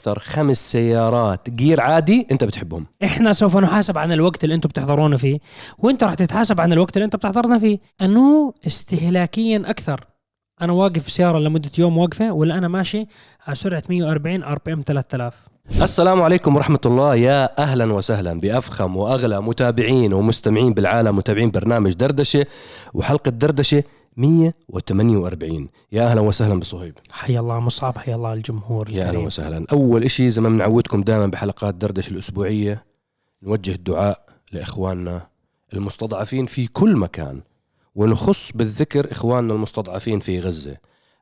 أكثر 5 سيارات جير عادي أنت بتحبهم. إحنا سوف نحاسب عن الوقت اللي أنتم بتحضرون فيه، وأنت راح تتحاسب عن الوقت اللي أنت بتحضرنا فيه. أنه استهلاكيا أكثر، أنا واقف في سيارة لمدة يوم واقفة، ولا أنا ماشي على سرعة 140 RPM 3000. السلام عليكم ورحمة الله، يا أهلا وسهلا بأفخم وأغلى متابعين ومستمعين بالعالم، متابعين برنامج دردشة وحلقة دردشة 148. يا أهلا وسهلا بصهيب. حيا الله مصعب، حيا الله الجمهور الكريم. يا أهلا وسهلا. أول إشي زي ما بنعودكم دائما بحلقات دردشة الأسبوعية، نوجه الدعاء لإخواننا المستضعفين في كل مكان، ونخص بالذكر إخواننا المستضعفين في غزة.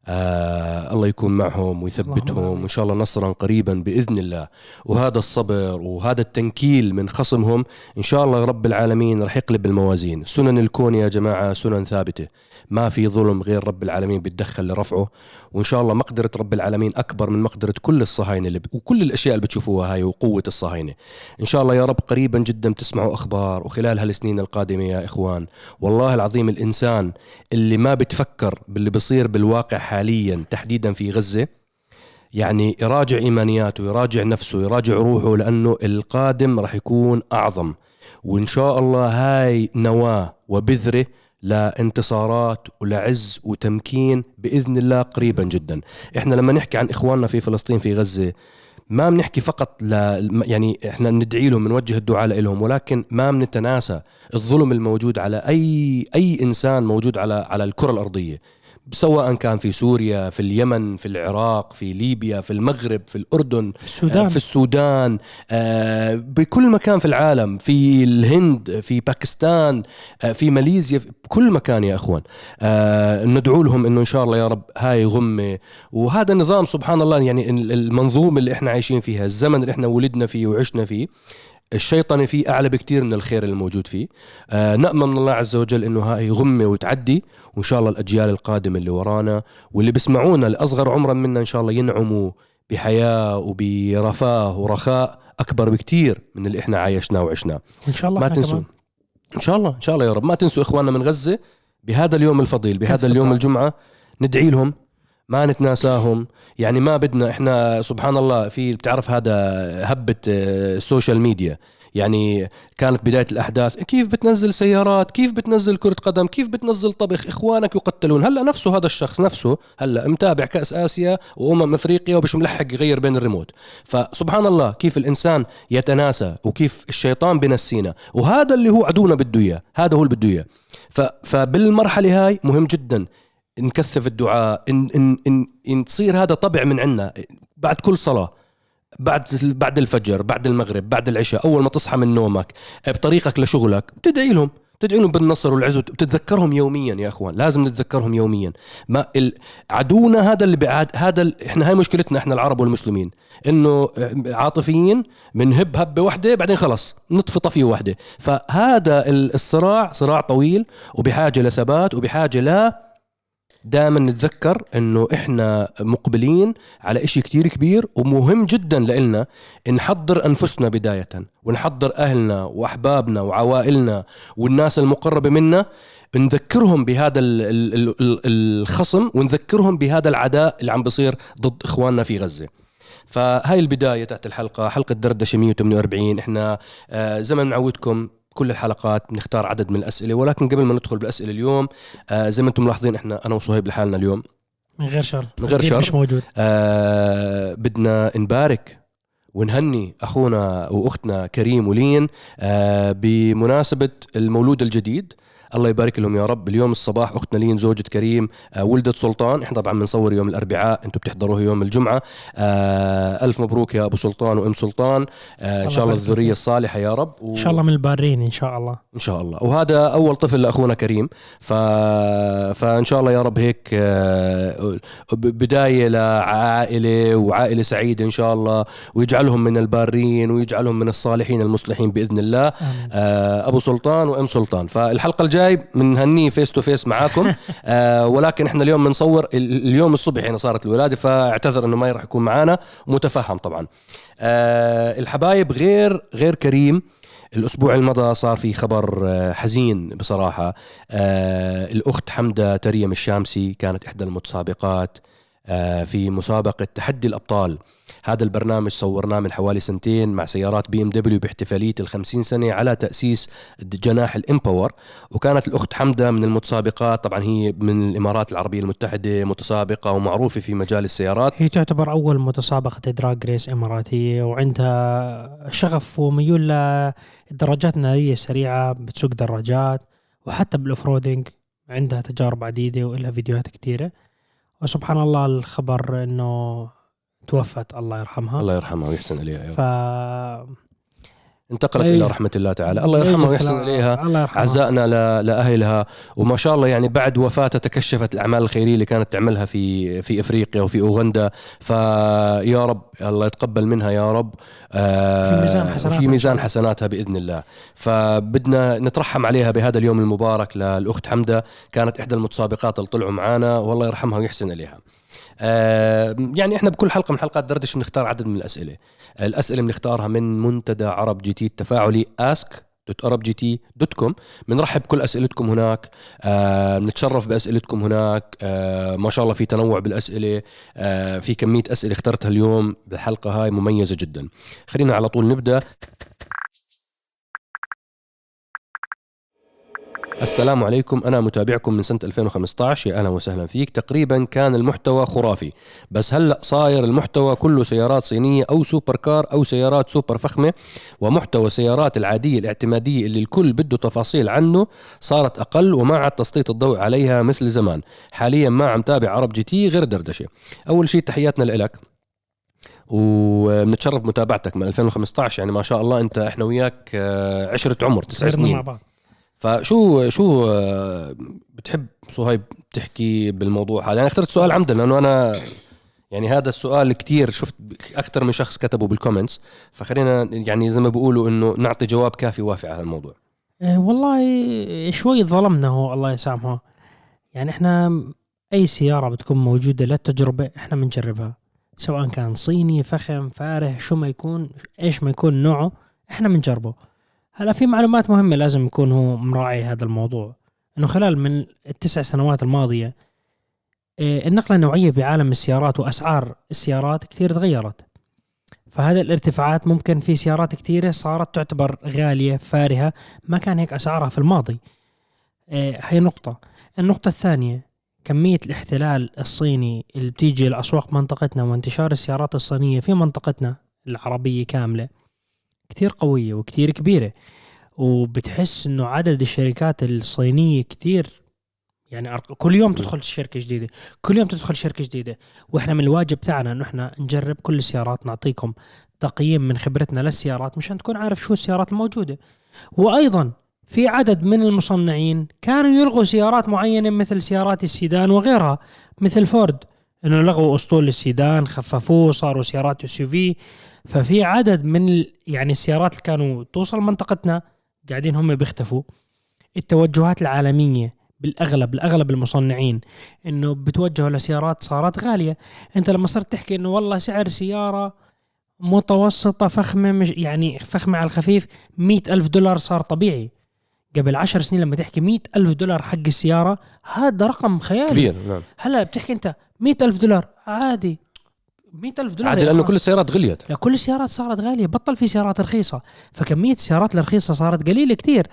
الله يكون معهم ويثبتهم، وإن شاء الله نصرا قريبا بإذن الله. وهذا الصبر وهذا التنكيل من خصمهم إن شاء الله رب العالمين رح يقلب الموازين. سنن الكون يا جماعة سنن ثابتة، ما في ظلم غير رب العالمين بيتدخل لرفعه. وإن شاء الله مقدرة رب العالمين أكبر من مقدرة كل الصهاينة وكل الأشياء اللي بتشوفوها هاي، وقوة الصهاينة إن شاء الله يا رب قريبا جدا تسمعوا أخبار. وخلال هالسنين القادمة يا إخوان، والله العظيم الإنسان اللي ما بتفكر باللي بصير بالواقع حاليا تحديدا في غزة، يعني يراجع إيمانياته، يراجع نفسه، يراجع روحه، لأنه القادم رح يكون أعظم. وإن شاء الله هاي نواة وبذرة لانتصارات ولعز وتمكين بإذن الله قريبا جدا. إحنا لما نحكي عن إخواننا في فلسطين في غزة، ما بنحكي فقط يعني إحنا ندعي لهم، نوجه الدعاء لهم، ولكن ما بنتناسى الظلم الموجود على أي إنسان موجود على الكرة الأرضية، سواء كان في سوريا، في اليمن، في العراق، في ليبيا، في المغرب، في الأردن، في السودان، بكل مكان في العالم، في الهند، في باكستان، في ماليزيا، في كل مكان يا أخوان. ندعو لهم إنه إن شاء الله يا رب هاي غمة. وهذا النظام سبحان الله، يعني المنظومة اللي إحنا عايشين فيها، الزمن اللي إحنا ولدنا فيه وعشنا فيه، الشيطان فيه أعلى بكتير من الخير الموجود فيه. نأمل من الله عز وجل إنه هاي غمة وتعدي، وإن شاء الله الأجيال القادمة اللي ورانا واللي بسمعونا الأصغر عمرا منا إن شاء الله ينعموا بحياة وبرفاه ورخاء أكبر بكتير من اللي إحنا عايشناه وعشناه إن شاء الله. ما تنسوا إن شاء الله يا رب، ما تنسوا إخواننا من غزة بهذا اليوم الفضيل، بهذا اليوم الجمعة، ندعي لهم، ما نتناساهم. يعني ما بدنا إحنا سبحان الله، في بتعرف هذا هبة السوشيال ميديا، يعني كانت بداية الأحداث كيف بتنزل سيارات، كيف بتنزل كرة قدم، كيف بتنزل طبخ، إخوانك يقتلون. هلأ نفسه هذا الشخص نفسه هلأ متابع كأس آسيا أفريقيا وبش ملحق يغير بين الريموت. فسبحان الله كيف الإنسان يتناسى، وكيف الشيطان بنسينا، وهذا اللي هو عدونا بده إياه، هذا هو اللي بده إياه. فبالمرحلة هاي مهم جدا نكثف الدعاء، إن تصير هذا طبع من عنا بعد كل صلاة، بعد الفجر، بعد المغرب، بعد العشاء، أول ما تصحى من نومك، بطريقك لشغلك، تدعي لهم بالنصر والعز، وتتذكرهم يوميا يا أخوان، لازم نتذكرهم يوميا. ما عدونا هذا اللي بعد هذا، إحنا هاي مشكلتنا إحنا العرب والمسلمين، إنه عاطفيين، من هبة واحدة بعدين خلص نطفي طفية واحدة. فهذا الصراع صراع طويل، وبحاجة لثبات، وبحاجة لا دائما نتذكر انه احنا مقبلين على اشي كتير كبير ومهم جدا لنا. نحضر انفسنا بداية، ونحضر اهلنا واحبابنا وعوائلنا والناس المقربة منا، نذكرهم بهذا الخصم، ونذكرهم بهذا العداء اللي عم بيصير ضد اخواننا في غزة. فهاي البداية تحت الحلقة، حلقة دردشة 148. احنا زي ما نعودكم كل الحلقات بنختار عدد من الأسئلة، ولكن قبل ما ندخل بالأسئلة اليوم، زي ما انتم ملاحظين أنا وصهيب لحالنا اليوم من غير شر مش موجود. بدنا نبارك ونهني أخونا وأختنا كريم ولين بمناسبة المولود الجديد. الله يبارك لهم يا رب. اليوم الصباح أختنا لين زوجة كريم ولدت سلطان. إحنا طبعا بنصور يوم الأربعاء، أنتوا بتحضروه يوم الجمعة. ألف مبروك يا أبو سلطان وأم سلطان. إن شاء الله الذرية الصالحة يا رب، إن شاء الله من البارين إن شاء الله. إن شاء الله. وهذا أول طفل لأخونا كريم، فإن شاء الله يا رب هيك بداية لعائلة وعائلة سعيدة إن شاء الله، ويجعلهم من البارين ويجعلهم من الصالحين المصلحين بإذن الله. أبو سلطان وأم سلطان. فالحلقة الجاي منهنيه فيس تو فيس معاكم. ولكن احنا اليوم بنصور اليوم الصبح هنا صارت الولادة، فاعتذر انه ما راح يكون معانا، متفهم طبعا. الحبايب غير كريم، الأسبوع المضى صار في خبر حزين بصراحة. الأخت حمدة تريم الشامسي كانت إحدى المتسابقات في مسابقة تحدي الأبطال. هذا البرنامج صورناه من حوالي 2 مع سيارات BMW باحتفالية 50 سنة على تأسيس جناح الإمباور. وكانت الأخت حمدة من المتسابقات، طبعا هي من الإمارات العربية المتحدة، متسابقة ومعروفة في مجال السيارات. هي تعتبر أول متسابقة دراج ريس إماراتية، وعندها شغف وميول للدراجات النارية السريعة، بتسوق دراجات وحتى بالأوفرودينج عندها تجارب عديدة وإلها فيديوهات كتيرة. وسبحان الله الخبر إنه توفت، الله يرحمها. الله يرحمها ويحسن إليها. ف انتقلت إلى رحمة الله تعالى، الله يرحمها ويحسن إليها. عزائنا لأهلها. وما شاء الله يعني بعد وفاتها تكشفت الأعمال الخيرية اللي كانت تعملها في إفريقيا وفي أوغندا. فيا رب الله يتقبل منها يا رب، في ميزان حسناتها بإذن الله. فبدنا نترحم عليها بهذا اليوم المبارك للأخت حمدة، كانت إحدى المتسابقات اللي طلعوا معانا، والله يرحمها ويحسن إليها. يعني احنا بكل حلقة من حلقات دردش بنختار عدد من الأسئلة بنختارها من منتدى عرب جي تي التفاعلي ask.arabgt.com. بنرحب كل أسئلتكم هناك، بنتشرف بأسئلتكم هناك. ما شاء الله في تنوع بالأسئلة، في كمية أسئلة اخترتها اليوم بالحلقة هاي مميزة جدا. خلينا على طول نبدأ. السلام عليكم، أنا متابعكم من سنة 2015. يا أهلا وسهلا فيك. تقريبا كان المحتوى خرافي، بس هلأ صاير المحتوى كله سيارات صينية أو سوبر كار أو سيارات سوبر فخمة، ومحتوى سيارات العادية الاعتمادية اللي الكل بده تفاصيل عنه صارت أقل، وما عاد تسليط الضوء عليها مثل زمان. حاليا ما عم تابع عرب جي تي غير دردشة. أول شيء تحياتنا لإلك، وبنتشرف متابعتك من 2015. يعني ما شاء الله أنت إحنا وياك عشرة عمر 9 سنين. فشو بتحب صهيب تحكي بالموضوع هذا؟ يعني اخترت سؤال عمدا لأنه أنا يعني هذا السؤال كتير شفت أكثر من شخص كتبوا بالكومنتس، فخلينا يعني زي ما بيقولوا إنه نعطي جواب كافي وافي على الموضوع. والله شوي ظلمنا، هو الله يسامحه. يعني إحنا أي سيارة بتكون موجودة للتجربة إحنا بنجربها، سواء كان صيني فخم فارح شو ما يكون، إيش ما يكون نوعه إحنا بنجربه. هلا في معلومات مهمة لازم يكون هو مراعي هذا الموضوع، إنه خلال من 9 سنوات الماضية النقلة النوعية بعالم السيارات وأسعار السيارات كتير تغيرت. فهذا الارتفاعات ممكن في سيارات كتيرة صارت تعتبر غالية فارهة ما كان هيك أسعارها في الماضي. هي نقطة. النقطة الثانية، كمية الاحتلال الصيني اللي بتيجي لأسواق منطقتنا وانتشار السيارات الصينية في منطقتنا العربية كاملة كتير قوية وكتير كبيرة، وبتحس انه عدد الشركات الصينية كتير، يعني كل يوم تدخل شركة جديدة، كل يوم تدخل شركة جديدة. واحنا من الواجب تاعنا انه احنا نجرب كل السيارات، نعطيكم تقييم من خبرتنا للسيارات مشان تكون عارف شو السيارات الموجودة. وايضا في عدد من المصنعين كانوا يلغوا سيارات معينة مثل سيارات السيدان وغيرها، مثل فورد انه لغوا اسطول السيدان، خففوه صاروا سيارات SUV. ففي عدد من يعني السيارات اللي كانوا توصل منطقتنا قاعدين هم بيختفوا. التوجهات العالمية بالأغلب المصنعين إنه بتوجهوا لسيارات صارت غالية. أنت لما صرت تحكي إنه والله سعر سيارة متوسطة فخمة، مش يعني فخمة على الخفيف $100,000 صار طبيعي. قبل 10 سنين لما تحكي $100,000 حق السيارة هذا رقم خيالي كبير. نعم. هلا بتحكي أنت $100,000 عادي، $100,000 عادي لأنه كل السيارات غليت. لا، كل السيارات صارت غالية، بطل في سيارات رخيصة. فكمية السيارات الرخيصة صارت قليلة كتير.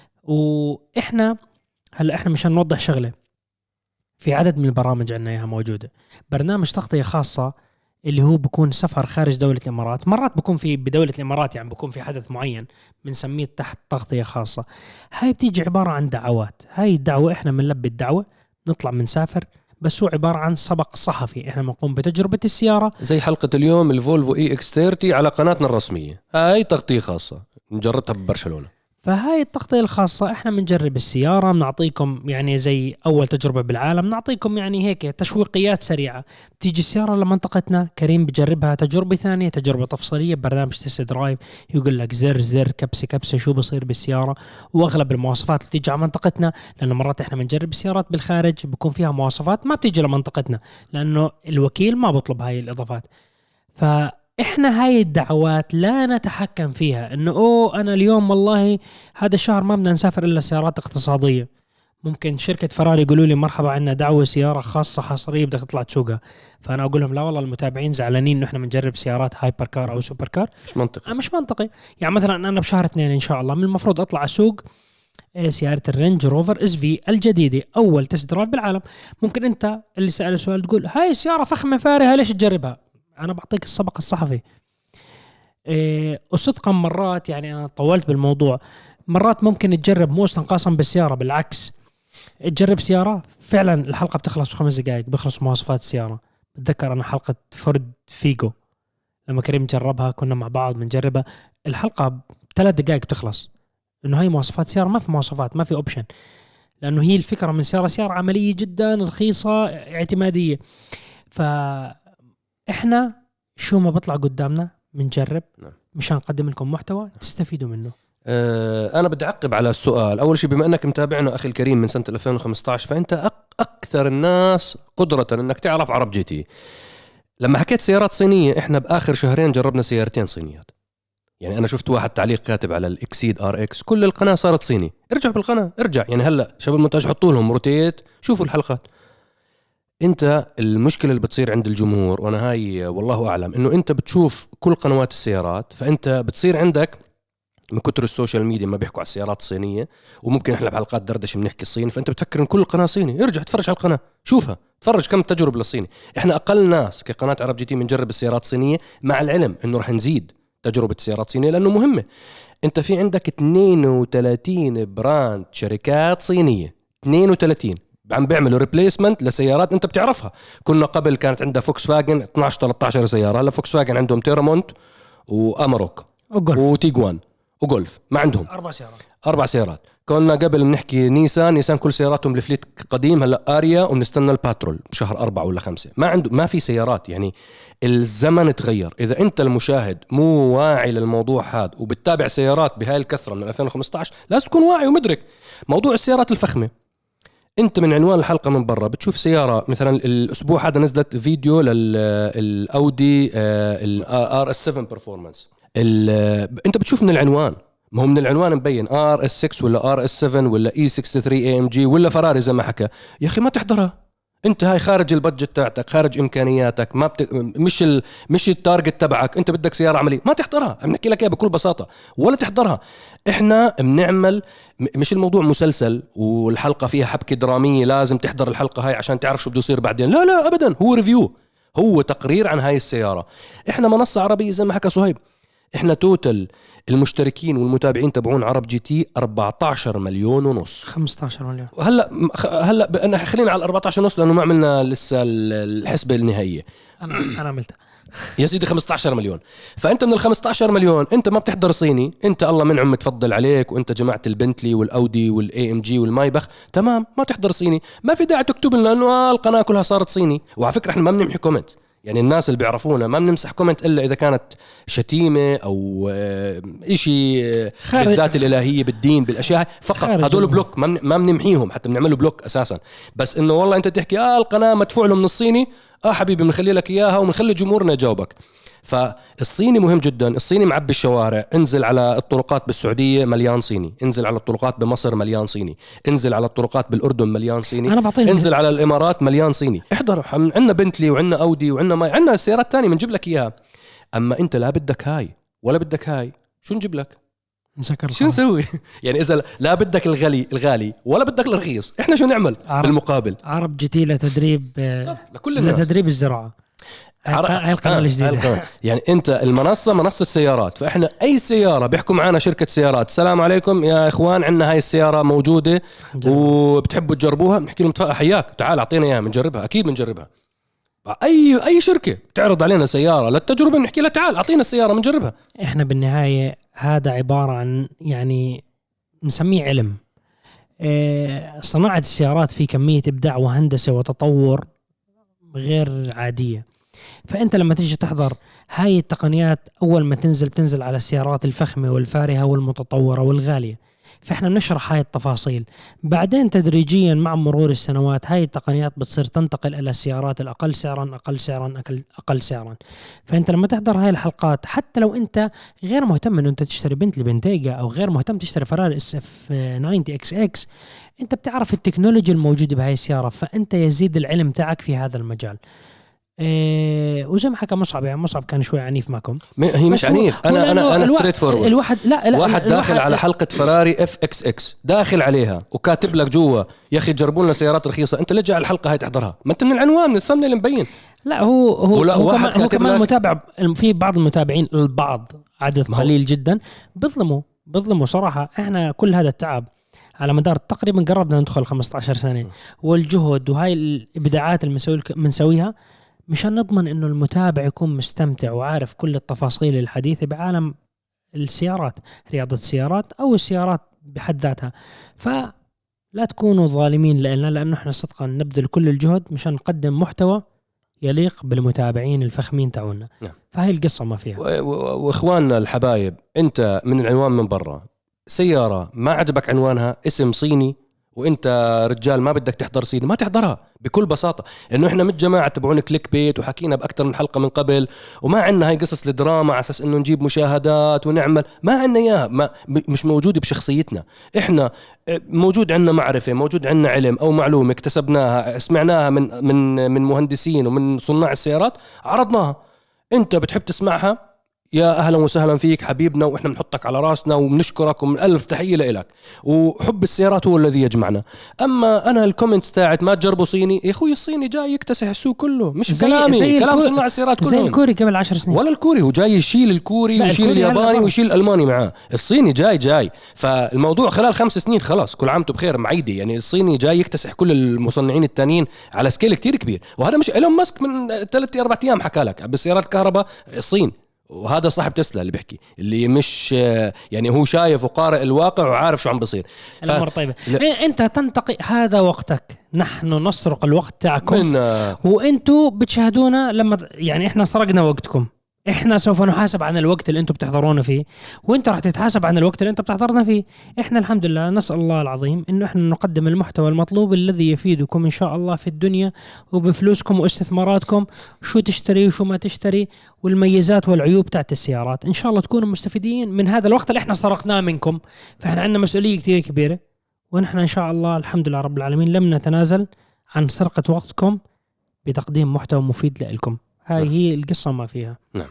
وإحنا هلا إحنا مشان نوضح شغلة، في عدد من البرامج عنا إياها موجودة. برنامج تغطية خاصة اللي هو بيكون سفر خارج دولة الإمارات، مرات بيكون في بدولة الإمارات يعني بيكون في حدث معين بنسميه تحت تغطية خاصة. هاي بتيجي عبارة عن دعوات. هاي الدعوة إحنا بنلبي الدعوة، نطلع منسافر، بس هو عبارة عن سبق صحفي. احنا بنقوم بتجربة السيارة زي حلقة اليوم الفولفو EX30 على قناتنا الرسمية. هاي تغطية خاصة نجربتها ببرشلونة. فهاي التغطية الخاصة احنا بنجرب السيارة، بنعطيكم يعني زي اول تجربة بالعالم، نعطيكم يعني هيك تشويقيات سريعة. بتيجي السيارة لمنطقتنا، كريم بجربها تجربة ثانية، تجربة تفصيلية ببرنامج تست درايف، يقول لك زر كبسة كبسة شو بصير بالسيارة. واغلب المواصفات اللي تيجي على منطقتنا، لانه مرات احنا بنجرب السيارات بالخارج بكون فيها مواصفات ما بتيجي لمنطقتنا لانه الوكيل ما بطلب هاي الاضافات. احنا هاي الدعوات لا نتحكم فيها، انه انا اليوم والله هذا الشهر ما بدنا نسافر الا سيارات اقتصادية. ممكن شركة فراري يقولوا لي مرحبا عنا دعوة سيارة خاصة حصرية بدك تطلع تسوقها، فأنا أقول لهم لا والله المتابعين زعلانين إنه إحنا بنجرب سيارات هايبر كار أو سوبر كار. مش منطقي. مش منطقي. يعني مثلا أنا بشهر 2 إن شاء الله من المفروض أطلع أسوق سيارة الرينج روفر اس في الجديدة، أول تست درايف بالعالم. ممكن أنت اللي سأل السؤال تقول هاي السيارة فخمة فارهة ليش تجربها؟ أنا بعطيك السبق الصحفي. وصدقا مرات يعني أنا طولت بالموضوع، مرات ممكن تجرب مو استنقاصا بالسيارة، بالعكس تجرب سيارة فعلا الحلقة بتخلص في 5 دقائق، بيخلص مواصفات السيارة. بتذكر أنا حلقة فورد فيجو لما كريم جربها كنا مع بعض بنجربها، الحلقة 3 دقائق بتخلص، إنه هاي مواصفات سيارة، ما في مواصفات، ما في أوبشن، لأنه هي الفكرة من سيارة عملية جدا رخيصة اعتمادية. فإحنا شو ما بطلع قدامنا بنجرب مشان نقدم لكم محتوى تستفيدوا منه. أنا بدي أعقب على السؤال. أول شيء بما أنك متابعنا أخي الكريم من سنة 2015 فأنت أكثر الناس قدرة أنك تعرف عرب جي تي. لما حكيت سيارات صينية إحنا بآخر شهرين جربنا سيارتين صينيات. يعني أنا شفت واحد تعليق كاتب على الإكسيد ار اكس كل القناة صارت صيني. ارجع بالقناة، ارجع يعني هلأ شباب المونتاج حطوا لهم روتيت شوفوا الحلقات. انت المشكلة اللي بتصير عند الجمهور، وانا هاي والله اعلم انه انت بتشوف كل قنوات السيارات، فانت بتصير عندك من كتر السوشيال ميديا ما بيحكوا على السيارات الصينية، وممكن احنا بحلقات دردش بنحكي الصيني، فانت بتفكر ان كل قناة صيني. ارجع تفرج على القناة، شوفها، تفرج كم تجربة للصيني. احنا اقل ناس كقناة عرب جي تي بنجرب السيارات الصينية، مع العلم انه رح نزيد تجربة السيارات الصينية لانه مهمة. انت في عندك 32 براند شركات صينية، 32 عم بيعملوا ريبليسمنت لسيارات انت بتعرفها. كنا قبل كانت عندها فوكس فاجن 12-13 سيارة، هلا فوكس فاجن عندهم تيرامونت واماروك وتيغوان وغولف، ما عندهم 4 سيارات. كنا قبل بنحكي نيسان كل سياراتهم الفليت قديم، هلا اريا وبنستنى الباترول بشهر 4 ولا 5. ما في سيارات. يعني الزمن تغير. اذا انت المشاهد مو واعي للموضوع هذا وبتتابع سيارات بهاي الكثرة من 2015 لازم تكون واعي ومدرك موضوع السيارات الفخمة. انت من عنوان الحلقة من برا بتشوف سيارة مثلا الاسبوع هذا نزلت فيديو للاودي الار اس 7 برفورمانس. انت بتشوف من العنوان، ما هو من العنوان مبين ار اس 6 ولا ار اس 7 ولا اي 63 اي ام جي ولا فراري زي ما حكى. يا اخي ما تحضرها انت، هاي خارج البادجت تاعتك، خارج امكانياتك، ما مش التارجت تبعك. انت بدك سياره عمليه، ما تحضرها. عم نحكي لك اياها بكل بساطه، ولا تحضرها. احنا بنعمل مش الموضوع مسلسل والحلقه فيها حبكه دراميه لازم تحضر الحلقه هاي عشان تعرف شو بده يصير بعدين. لا ابدا، هو ريفيو، هو تقرير عن هاي السياره. احنا منصه عربيه زي ما حكى صهيب. احنا توتل المشتركين والمتابعين تبعون عرب جي تي 14 مليون ونص، 15 مليون. هلا انا خلينا على 14 ونص لانه ما عملنا لسه الحسبه النهائيه. انا عملتها يا سيدي 15 مليون. فانت من ال 15 مليون انت ما بتحضر صيني، انت الله منعم متفضل عليك، وانت جماعه البنتلي والاودي والاي ام جي والمايبخ تمام، ما تحضر صيني. ما في داعي تكتب لنا انه القناه كلها صارت صيني. وعلى فكره احنا ما بنمحي كومنت، يعني الناس اللي بيعرفونا ما بنمسح كومنت إلا إذا كانت شتيمة أو إشي بالذات الإلهية بالدين بالأشياء فقط. هدول بلوك ما بنمحيهم، حتى بنعمله بلوك أساسا. بس إنه والله أنت تحكي القناة مدفوع له من الصيني، حبيبي بنخلي لك إياها وبنخلي جمهورنا يجاوبك. فالصيني مهم جدا. الصيني معبي الشوارع. انزل على الطرقات بالسعودية مليان صيني، انزل على الطرقات بمصر مليان صيني، انزل على الطرقات بالأردن مليان صيني، انزل على الإمارات مليان صيني. احضر، عندنا بنتلي وعندنا أودي وعندنا عندنا سيارات تانية بنجيب لك إياها. أما أنت لا بدك هاي ولا بدك هاي، شو نجيب لك؟ شو نسوي؟ يعني إذا لا بدك الغالي ولا بدك الرخيص، إحنا شو نعمل بالمقابل؟ عرب جي تي لتدريب لتدريب الزراعة. هاي القناة الجديدة. يعني انت المنصة منصة سيارات، فاحنا اي سيارة بيحكوا معنا شركة سيارات، السلام عليكم يا اخوان عندنا هاي السيارة موجودة وبتحبوا تجربوها، بنحكي لهم حياك تعال اعطينا اياها بنجربها. اكيد بنجربها. اي شركة بتعرض علينا سيارة للتجربة بنحكي لها تعال اعطينا السيارة بنجربها. احنا بالنهاية هذا عبارة عن يعني نسميه علم. صناعة السيارات في كمية ابداع وهندسة وتطور غير عادية. فأنت لما تيجي تحضر هاي التقنيات أول ما تنزل على السيارات الفخمة والفارهة والمتطورة والغالية، فإحنا بنشرح هاي التفاصيل. بعدين تدريجيا مع مرور السنوات هاي التقنيات بتصير تنتقل إلى السيارات الأقل سعرا أقل سعرا. فأنت لما تحضر هاي الحلقات، حتى لو أنت غير مهتم إنه أنت تشتري بنتلي بنتيجا أو غير مهتم تشتري فراري SF90 XX، أنت بتعرف التكنولوجيا الموجودة بهاي السيارة، فأنت يزيد العلم تاعك في هذا المجال. وزي ما حكى مصعب، يعني مصعب كان شوي عنيف معكم. هي مش عنيف، انا ستريت فورورد. الواحد واحد داخل على حلقه فراري FXX، داخل عليها وكاتب لك جوا يا اخي جربوا لنا سيارات رخيصه، انت ليه جاي على الحلقه هاي تحضرها؟ ما انت من العنوان من الثمنيل مبين. لا هو كمان متابع. في بعض المتابعين، البعض عدد قليل جدا بظلموا صراحه. احنا كل هذا التعب على مدار تقريبا قربنا ندخل 15 سنه، والجهد وهاي الابداعات اللي بنسويها مشان نضمن انه المتابع يكون مستمتع وعارف كل التفاصيل الحديثة بعالم السيارات، رياضة السيارات او السيارات بحد ذاتها. فلا تكونوا ظالمين لنا، لانه احنا صدقا نبذل كل الجهد مشان نقدم محتوى يليق بالمتابعين الفخمين تاعونا. فهي القصة ما فيها. واخواننا الحبايب، انت من العنوان من برا سيارة ما عجبك عنوانها اسم صيني وانت رجال ما بدك تحضر صيني، ما تحضرها بكل بساطة. انه احنا من جماعة تبعون كليك بيت وحكينا باكثر من حلقة من قبل، وما عندنا هاي قصص الدراما على اساس انه نجيب مشاهدات ونعمل، ما عندنا اياها، مش موجودة بشخصيتنا. احنا موجود عندنا معرفة، موجود عندنا علم او معلومة اكتسبناها سمعناها من مهندسين ومن صناع السيارات، عرضناها. انت بتحب تسمعها، يا أهلا وسهلا فيك حبيبنا، وإحنا بنحطك على راسنا وبنشكرك ومن ألف تحية لإلك. وحب السيارات هو الذي يجمعنا. أما أنا الكومنتس تاعت ما تجربوا صيني، يا أخوي الصيني جاي يكتسح السوق كله، مش كلامي، كلام صناع السيارات كلهم. زي الكوري قبل 10 سنين، ولا الكوري هو جاي يشيل الكوري ويشيل الياباني ويشيل الألماني معاه. الصيني جاي فالموضوع خلال 5 سنين خلاص كل عام بخير معيدي. يعني الصيني جاي يكتسح كل المصنعين التانيين على سكيل كتير كبير. وهذا مش إيلون ماسك من 3-4 أيام حكى لك بالسيارات الكهرباء الصين، وهذا صاحب تسلا اللي بيحكي، اللي مش يعني هو شايف وقارئ الواقع وعارف شو عم بصير. الأمر طيبة. انت تنتقي، هذا وقتك، نحن نسرق الوقت تاعكم وانتوا بتشاهدونا. لما يعني احنا سرقنا وقتكم، احنا سوف نحاسب عن الوقت اللي انتم بتحضرونا فيه، وانت راح تتحاسب عن الوقت اللي انت بتحضرنا فيه. احنا الحمد لله نسأل الله العظيم انه احنا نقدم المحتوى المطلوب الذي يفيدكم ان شاء الله في الدنيا وبفلوسكم واستثماراتكم، شو تشتري وشو ما تشتري، والميزات والعيوب تاعت السيارات. ان شاء الله تكونوا مستفيدين من هذا الوقت اللي احنا سرقناه منكم. فاحنا عندنا مسؤولية كتير كبيرة، ونحن ان شاء الله الحمد لله رب العالمين لم نتنازل عن سرقة وقتكم بتقديم محتوى مفيد لكم. هاي هي القصة ما فيها. نعم.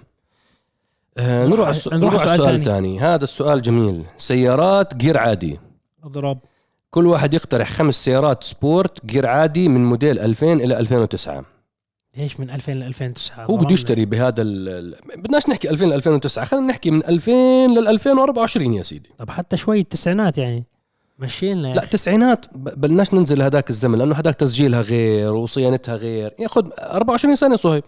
نروح على السؤال الثاني. هذا السؤال جميل. سيارات جير عادي، اضرب. كل واحد يقترح 5 سيارات سبورت جير عادي من موديل 2000 إلى 2009. ليش من 2000 ل 2009؟ هو بده يشتري بهذا بدناش نحكي 2000 ل 2009، خلينا نحكي من 2000 لل 2024 يا سيدي. طب حتى شوي التسعينات يعني مشينا. لا تسعينات بلناش ننزل هذاك الزمن، لأنه هذاك تسجيلها غير وصيانتها غير. ياخذ 24 سنة صهيب.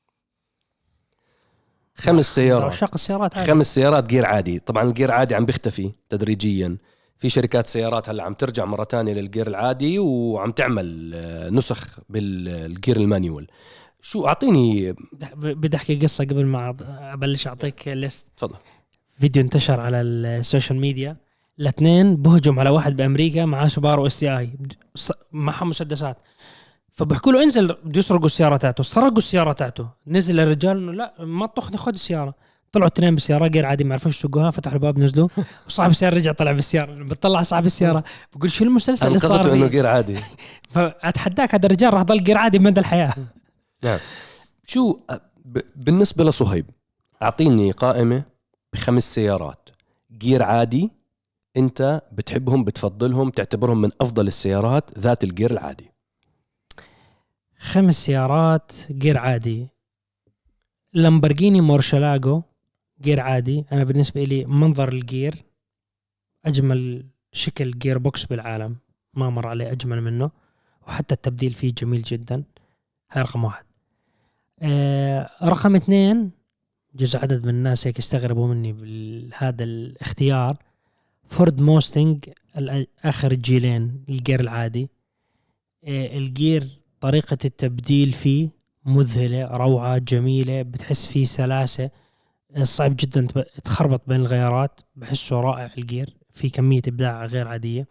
5 سيارات، 5 سيارات جير عادي. طبعا الجير عادي عم بيختفي تدريجيا. في شركات سيارات هلا عم ترجع مرة تانية للجير العادي وعم تعمل نسخ بالجير المانيول. شو أعطيني، بدي أحكي قصة قبل ما أبلش أعطيك ليست. تفضل. فيديو انتشر على السوشيال ميديا، الاثنين بهجم على واحد بأمريكا معاه سوبارو STI معها مسدسات، فبحكوا له انزل بده يسرقوا السيارة تاعته. سرقوا السيارة تاعته، نزل الرجال انه لا ما تطخني خد السيارة. طلعوا 2 بالسيارة غير عادي ما عرفوش يسوقوها، فتحوا الباب نزلوا وصاحب السيارة رجع طلع بالسيارة. بتطلع صاحب السيارة بقول شو المسلسل اللي صار انه غير عادي. فأتحداك هذا الرجال راح ضل غير عادي مدى الحياة. نعم. شو بالنسبة لصهيب، أعطيني قائمة ب5 سيارات جير عادي انت بتحبهم بتفضلهم تعتبرهم من افضل السيارات ذات الجير العادي. 5 سيارات جير عادي. لامبورغيني مورشلاغو جير عادي. انا بالنسبه لي منظر الجير اجمل شكل جير بوكس بالعالم، ما مر عليه اجمل منه، وحتى التبديل فيه جميل جدا. هاي رقم 1. رقم 2 جزء عدد من الناس هيك استغربوا مني بهذا الاختيار، فورد موستنج اخر الجيلين الجير العادي. الجير طريقة التبديل فيه مذهلة، روعة، جميلة، بتحس فيه سلاسة، صعب جدا تخربط بين الغيارات، بحسه رائع الجير. في كمية إبداع غير عادية.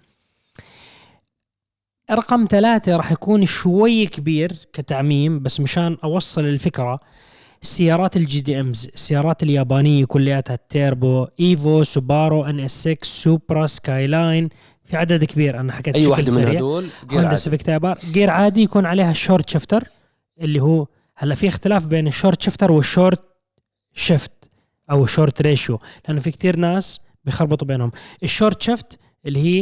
رقم 3 راح يكون شوي كبير كتعميم بس مشان أوصل الفكرة، السيارات الجي دي امز، السيارات اليابانية كلياتها، التيربو، ايفو، سوبارو، ان اس 6، سوبرا، سكاي لاين، في عدد كبير. انا حكيت اي بشكل واحدة من سريع. هدول هوندا سيفيك تايب ار جير عادي يكون عليها الشورت شيفتر، اللي هو هلا في اختلاف بين الشورت شيفتر والشورت شيفت او الشورت ريشيو، لانه في كتير ناس بيخربطوا بينهم. الشورت شيفت اللي هي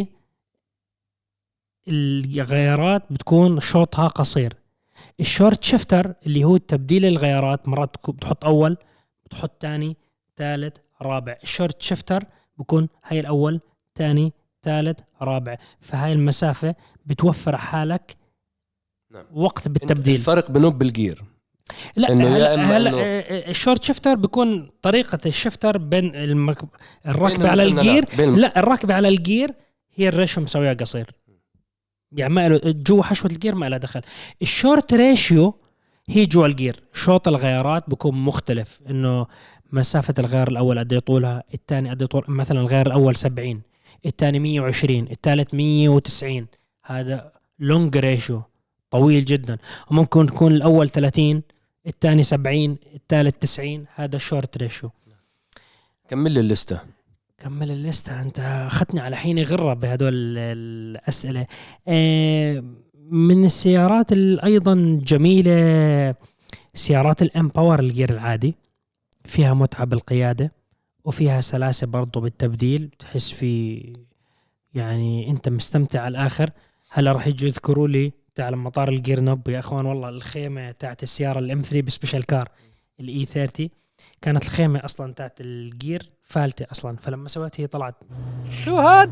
الغيارات بتكون شوطها قصير. الشورت شيفتر اللي هو تبديل الغيارات، مرات بتحط اول، بتحط تاني، ثالث، رابع. الشورت شيفتر بكون هاي الاول، تاني، ثالث، رابع. فهاي المسافة بتوفر حالك وقت بالتبديل. الفرق بينه بالجير لا إنه يا هلا إما هلا إنه الشورت شيفتر بيكون طريقة الشيفتر بين الركبة بين على الجير. المسننات، لا الركبة على الجير هي الريشيو مسويها قصير، يعني ما له جوا حشوة الجير ما لها دخل. الشورت ريشيو هي جوا الجير، شوط الغيارات بيكون مختلف، انه مسافة الغيار الاول قد طولها، الثاني قد طول، مثلا الغيار الاول 70، الثاني 120، الثالث 190. هذا لونج ريشيو طويل جدا. وممكن يكون الاول 30، الثاني 70، الثالث 90. هذا شورت ريشيو. كمل لي الليستة. كمل الليستة. انت اخذتني على حين غرة بهدول الاسئلة. من السيارات ايضا جميلة سيارات الامباور الجير العادي، فيها متعة بالقيادة وفيها سلاسة برضو بالتبديل، تحس في يعني انت مستمتع على الاخر. هلا راح يجوا يذكروا لي تعلم مطار الجير نوب يا اخوان، والله الخيمة تاعت السيارة الام 3 بسبيشال كار الاي 30 كانت الخيمة اصلا تاعت الجير فالتة اصلا، فلما سويت هي طلعت شو هاد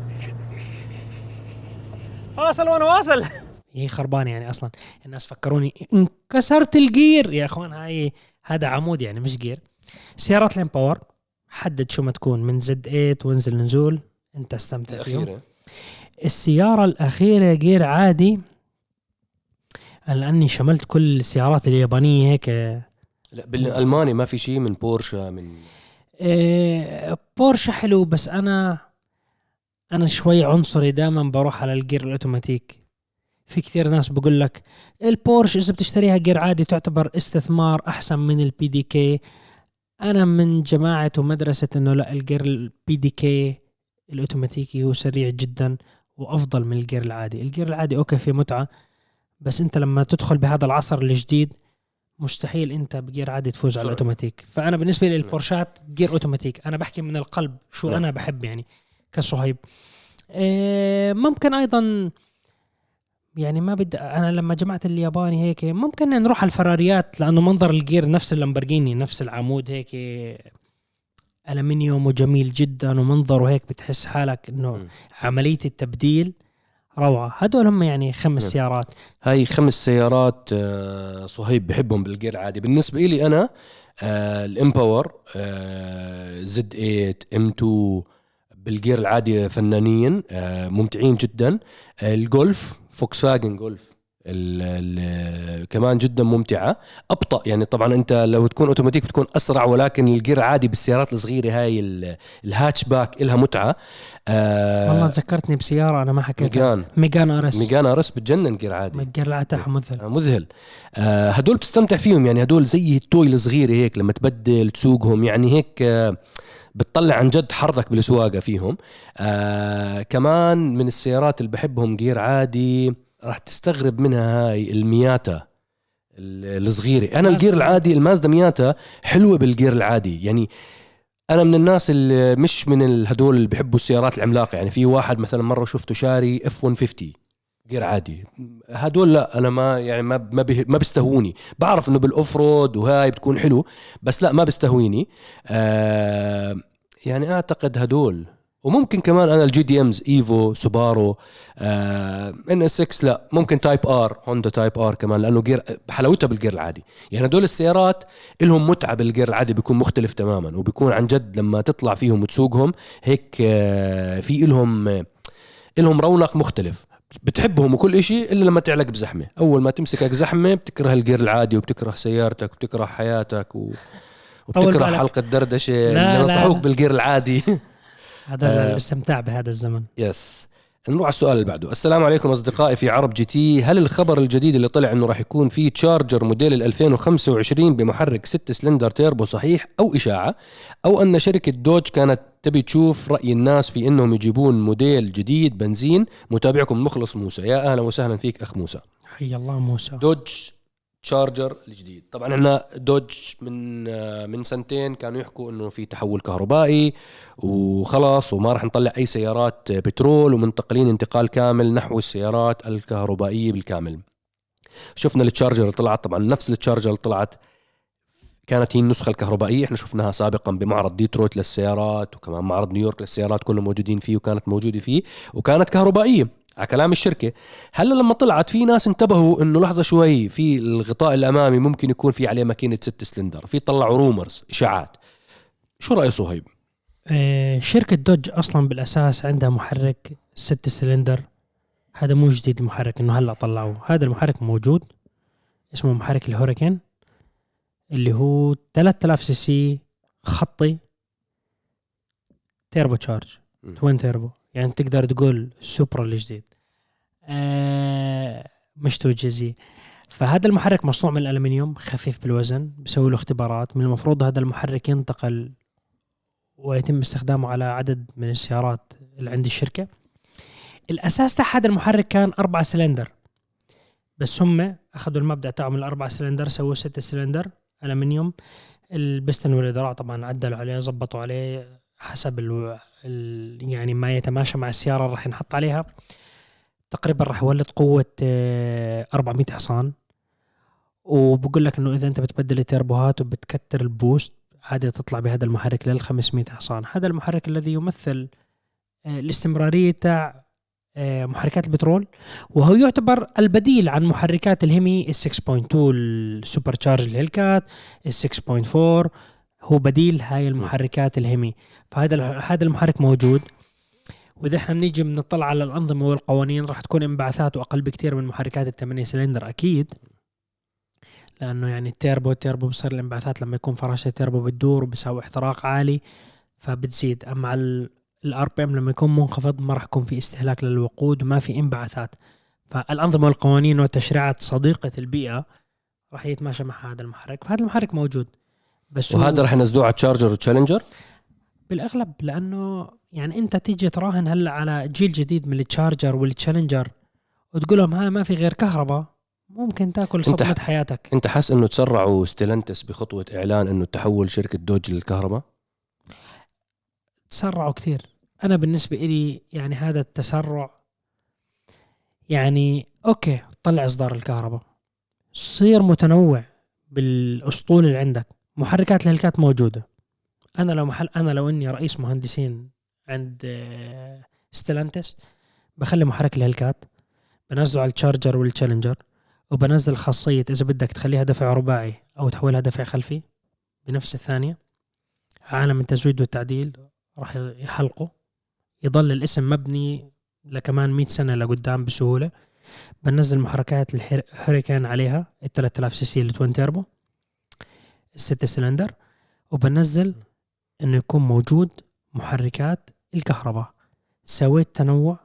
واصل وانا واصل، هي خربانة يعني. اصلا الناس فكروني انكسرت الجير يا اخوان، هذا عمود يعني مش جير. سيارات الامباور حدد شو ما تكون، من زد 8 وانزل نزول انت استمتع فيهم. السيارة الأخيرة جير عادي، لأني شملت كل السيارات اليابانية هيك. لا بالألماني ما في شيء من بورشا من بورشا حلو، بس أنا شوي عنصري، دائما بروح على الجير الأوتوماتيك. في كثير ناس بقول لك البورش إذا بتشتريها جير عادي تعتبر استثمار أحسن من البي دي كي. أنا من جماعة ومدرسة إنه لا، الجير البي دي كي الأوتوماتيكي هو سريع جدا وأفضل من الجير العادي. الجير العادي أوكي في متعة، بس أنت لما تدخل بهذا العصر الجديد مستحيل أنت بجير عادي تفوز على الأوتوماتيك. فأنا بالنسبة لي البورشات جير أوتوماتيك. أنا بحكي من القلب شو أنا بحب يعني كصهيب. ممكن أيضا يعني ما بدي أنا لما جمعت الياباني هيك ممكن نروح على الفراريات، لأنه منظر الجير نفس اللامبرجيني، نفس العمود هيك ألمنيوم وجميل جدا ومنظره هيك بتحس حالك إنه عملية التبديل روعة. هدول هم يعني 5 سيارات. هاي 5 سيارات صهيب بحبهم بالجير عادي. بالنسبة لي أنا الامباور، زد 8، ام 2 بالجير العادي فنانين ممتعين جدا. الجولف فوكس فاجن جولف كمان جدا ممتعة، أبطأ يعني. طبعا أنت لو تكون أوتوماتيك بتكون أسرع، ولكن الجير عادي بالسيارات الصغيرة هاي الهاتش باك إلها متعة. والله ذكرتني بسيارة أنا ما حكيتها، ميغان أرس بتجنن جير عادي، الجير العادي مذهل. هدول بتستمتع فيهم يعني، هدول زي التوي الصغيرة هيك لما تبدل تسوقهم يعني هيك بتطلع عن جد حرك بالسواقة فيهم. كمان من السيارات اللي بحبهم جير عادي راح تستغرب منها هاي المياتا الصغيرة. أنا الجير العادي المازدا مياتا حلوة بالجير العادي يعني. أنا من الناس اللي مش من الهدول اللي بحبوا السيارات العملاقة يعني. في واحد مثلا مرة شفته شاري F150 جير عادي، هدول لا أنا ما يعني ما بيستهوني. بعرف إنه بالأوفرود وهاي بتكون حلو، بس لا ما بيستهويني. يعني أعتقد هدول. وممكن كمان أنا الجي دي امز ايفو، سوبارو، ان اس 6، لا ممكن تايب ار، هوندا تايب ار كمان، لأنه جير حلاوتها بالجير العادي يعني. هدول السيارات إلهم متعة بالجير العادي، بيكون مختلف تماما، وبيكون عن جد لما تطلع فيهم وتسوقهم هيك في إلهم رونق مختلف، بتحبهم وكل إشي إلا لما تعلق بزحمة. أول ما تمسكك زحمة بتكره الجير العادي وبتكره سيارتك وبتكره حياتك وبتكره حلقة دردشة اللي نصحوك بالجير العادي. هذا الاستمتاع بهذا الزمن. يس. نروح على السؤال اللي بعده. السلام عليكم أصدقائي في عرب جي تي، هل الخبر الجديد اللي طلع أنه راح يكون فيه تشارجر موديل 2025 بمحرك 6 سلندر تيربو صحيح أو إشاعة، أو أن شركة دوج كانت تبي تشوف رأي الناس في أنهم يجيبون موديل جديد بنزين؟ متابعكم مخلص موسى. يا أهلا وسهلا فيك أخ موسى. حي الله موسى. دوج تشارجر الجديد، طبعا احنا دوج من سنتين كانوا يحكوا انه في تحول كهربائي وخلاص وما راح نطلع اي سيارات بترول ومنتقلين انتقال كامل نحو السيارات الكهربائية بالكامل. شفنا التشارجر اللي طلعت، طبعا نفس التشارجر اللي طلعت كانت هي النسخة الكهربائية، احنا شفناها سابقا بمعرض ديترويت للسيارات وكمان معرض نيويورك للسيارات كنا موجودين فيه وكانت موجودة فيه وكانت كهربائية على كلام الشركة. هلا لما طلعت في ناس انتبهوا انه لحظة شوي في الغطاء الامامي ممكن يكون في عليه ماكينة 6 سلندر، في طلعوا رومرز اشاعات. شو رأي صهيب؟ شركة دوج اصلا بالاساس عندها محرك 6 سلندر، هذا مو جديد المحرك انه هلا طلعوه، هذا المحرك موجود اسمه محرك الهوريكان اللي هو 3000 سي سي خطي تيربو تشارج توين تيربو، يعني تقدر تقول سوبرا الجديد مش توجزي. فهذا المحرك مصنوع من الألمنيوم، خفيف بالوزن، بسوي له اختبارات. من المفروض هذا المحرك ينتقل ويتم استخدامه على عدد من السيارات اللي عند الشركة. الأساس تاع هذا المحرك كان 4 سلندر، بس هم أخذوا المبدأ تاعهم ال4 سلندر سووا 6 سلندر ألمنيوم. البستن والإدراع طبعا عدلوا عليه، زبطوا عليه حسب يعني ما يتماشى مع السيارة اللي راح ينحط عليها. تقريبا راح يولد قوة 400 حصان، وبقول لك انه اذا انت بتبدل التربوهات وبتكتر البوست عادي تطلع بهذا المحرك لل 500 حصان. هذا المحرك الذي يمثل الاستمرارية تاع محركات البترول، وهو يعتبر البديل عن محركات الهيمي 6.2 السوبر تشارج الهيلكات 6.4، هو بديل هاي المحركات الهيمي. فهذا المحرك موجود. وإذا احنا بنيجي بنطلع على الأنظمة والقوانين راح تكون انبعاثاته أقل بكتير من محركات ال8 سلندر أكيد، لأنه يعني التيربو بصير الانبعاثات لما يكون فراشة التيربو بتدور وبيساوي احتراق عالي فبتزيد. أما الار بي ام لما يكون منخفض ما راح يكون في استهلاك للوقود وما في انبعاثات. فالأنظمة والقوانين والتشريعات صديقة البيئة راح يتماشى مع هذا المحرك، فهذا المحرك موجود. بس وهذا راح ينزلوه على تشارجر وتشالنجر بالأغلب، لأنه يعني أنت تيجي تراهن هلا على جيل جديد من التشارجر والتشالنجر وتقول لهم ها ما في غير كهرباء، ممكن تاكل صدمة حياتك. أنت حاس إنه تسرعوا ستيلانتس بخطوة إعلان إنه تحول شركة دوج للكهرباء؟ تسرعوا كتير. أنا بالنسبة إلي يعني هذا التسرع يعني أوكي، طلع إصدار الكهرباء، صير متنوع بالأسطول اللي عندك. محركات الهلكات موجودة. أنا لو إني رئيس مهندسين عند ستيلانتس بخلي محرك الهلكات بنزله على التشارجر والتشالنجر، وبنزل خاصية إذا بدك تخليها دفع رباعي أو تحولها دفع خلفي بنفس الثانية. عالم التزويد والتعديل راح يحلقه، يضل الاسم مبني لكمان 100 سنة لقدام بسهولة. بنزل محركات الهوريكان عليها 3000 سي سي التوين تيربو 6 سلندر، وبنزل إنه يكون موجود محركات الكهرباء. سويت تنوع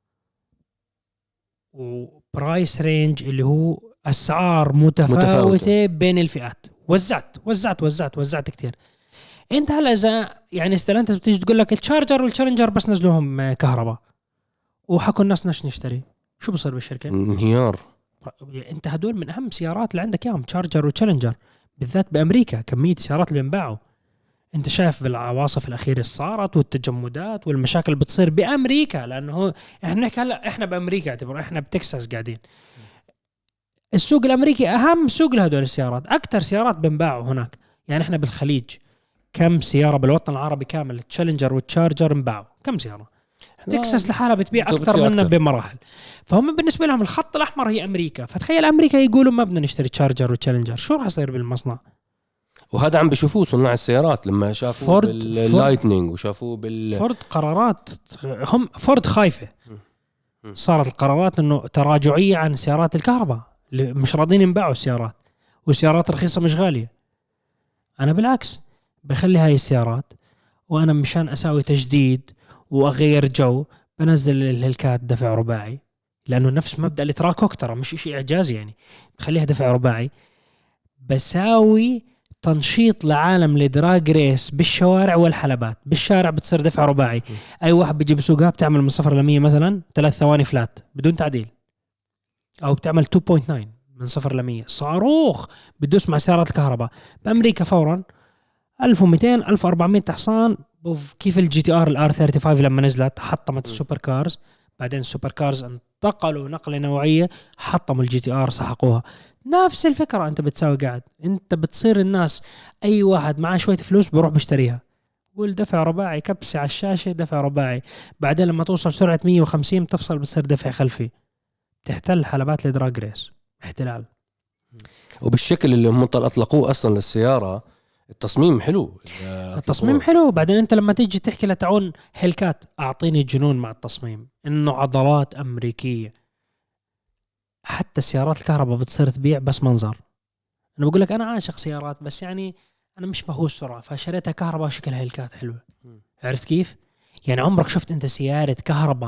وبرايس رينج اللي هو أسعار متفاوتة بين الفئات. وزعت كتير. انت هلا اذا يعني ستيلانتس بتيجي تقول لك التشارجر والتشالنجر بس نزلوهم كهرباء وحكوا الناس نشتري، شو بصير بالشركة؟ انهيار. انت هدول من اهم سيارات اللي عندك اياهم، تشارجر وتشالنجر، بالذات بامريكا كمية السيارات اللي بينباعوا. انت شايف بالعواصف الاخيره صارت والتجمدات والمشاكل اللي بتصير بامريكا، لانه احنا نحكي هلا احنا بامريكا، اعتبر احنا بتكساس قاعدين. السوق الامريكي اهم سوق لهدول السيارات، اكثر سيارات بنباعوا هناك. يعني احنا بالخليج كم سياره بالوطن العربي كامل التشالنجر والتشارجر انباعوا؟ كم سياره؟ تكساس لحالها بتبيع اكثر منا بمراحل. فهم بالنسبه لهم الخط الاحمر هي امريكا. فتخيل امريكا يقولوا ما بدنا نشتري تشارجر وتشالنجر، شو راح يصير بالمصنع؟ وهذا عم بيشوفوه صناع السيارات لما شافوا باللايتنينج وشافوه فورد قرارات. هم فورد خايفة، صارت القرارات انه تراجعية عن سيارات الكهرباء، مش راضين ينباعوا السيارات، والسيارات رخيصة مش غالية. انا بالعكس بخلي هاي السيارات، وانا مشان اساوي تجديد واغير جو بنزل الهلكات دفع رباعي، لانه نفس مبدا الاتراكوك، ترى مش شيء اعجازي يعني، بخليها دفع رباعي. بساوي تنشيط لعالم الدراج ريس بالشوارع والحلبات. بالشارع بتصير دفع رباعي، اي واحد بيجي بسوقها بتعمل من 0 ل 100 مثلا 3 ثواني فلات بدون تعديل، او بتعمل 2.9 من 0 ل 100 صاروخ بدوس مع سيارات الكهرباء. بامريكا فورا 1200 1400 حصان. كيف الجي تي ار الار 35 لما نزلت حطمت السوبر كارز، بعدين السوبر كارز انتقلوا نقله نوعيه حطموا الجي تي ار سحقوها. نفس الفكره، انت بتساوي قاعد، انت بتصير الناس اي واحد معاه شويه فلوس بروح بيشتريها، قول دفع رباعي، كبسه على الشاشه دفع رباعي. بعدين لما توصل سرعه 150 تفصل بتصير دفع خلفي، تحتل حلبات الدراج ريس احتلال. وبالشكل اللي هم اطلقوه اصلا للسياره التصميم حلو، التصميم حلو. بعدين انت لما تيجي تحكي لتعون هلكات، اعطيني جنون مع التصميم انه عضلات امريكيه. حتى السيارات الكهرباء بتصير تبيع بس منظر. انا بقول لك انا عاشق سيارات، بس يعني انا مش مهووس سرعه، فشريتها كهرباء شكلها هلكات حلوه. عرفت كيف؟ يعني عمرك شفت انت سياره كهرباء